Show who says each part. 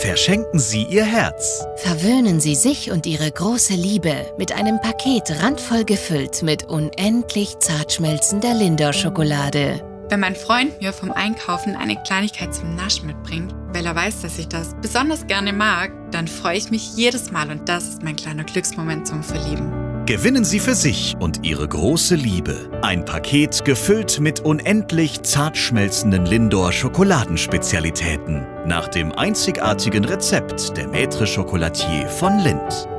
Speaker 1: Verschenken Sie Ihr Herz.
Speaker 2: Verwöhnen Sie sich und Ihre große Liebe mit einem Paket randvoll gefüllt mit unendlich zart schmelzender Lindor-Schokolade.
Speaker 3: Wenn mein Freund mir vom Einkaufen eine Kleinigkeit zum Naschen mitbringt, weil er weiß, dass ich das besonders gerne mag, dann freue ich mich jedes Mal und das ist mein kleiner Glücksmoment zum Verlieben.
Speaker 1: Gewinnen Sie für sich und Ihre große Liebe ein Paket gefüllt mit unendlich zart schmelzenden Lindor-Schokoladenspezialitäten nach dem einzigartigen Rezept der Maître Chocolatier von Lindt.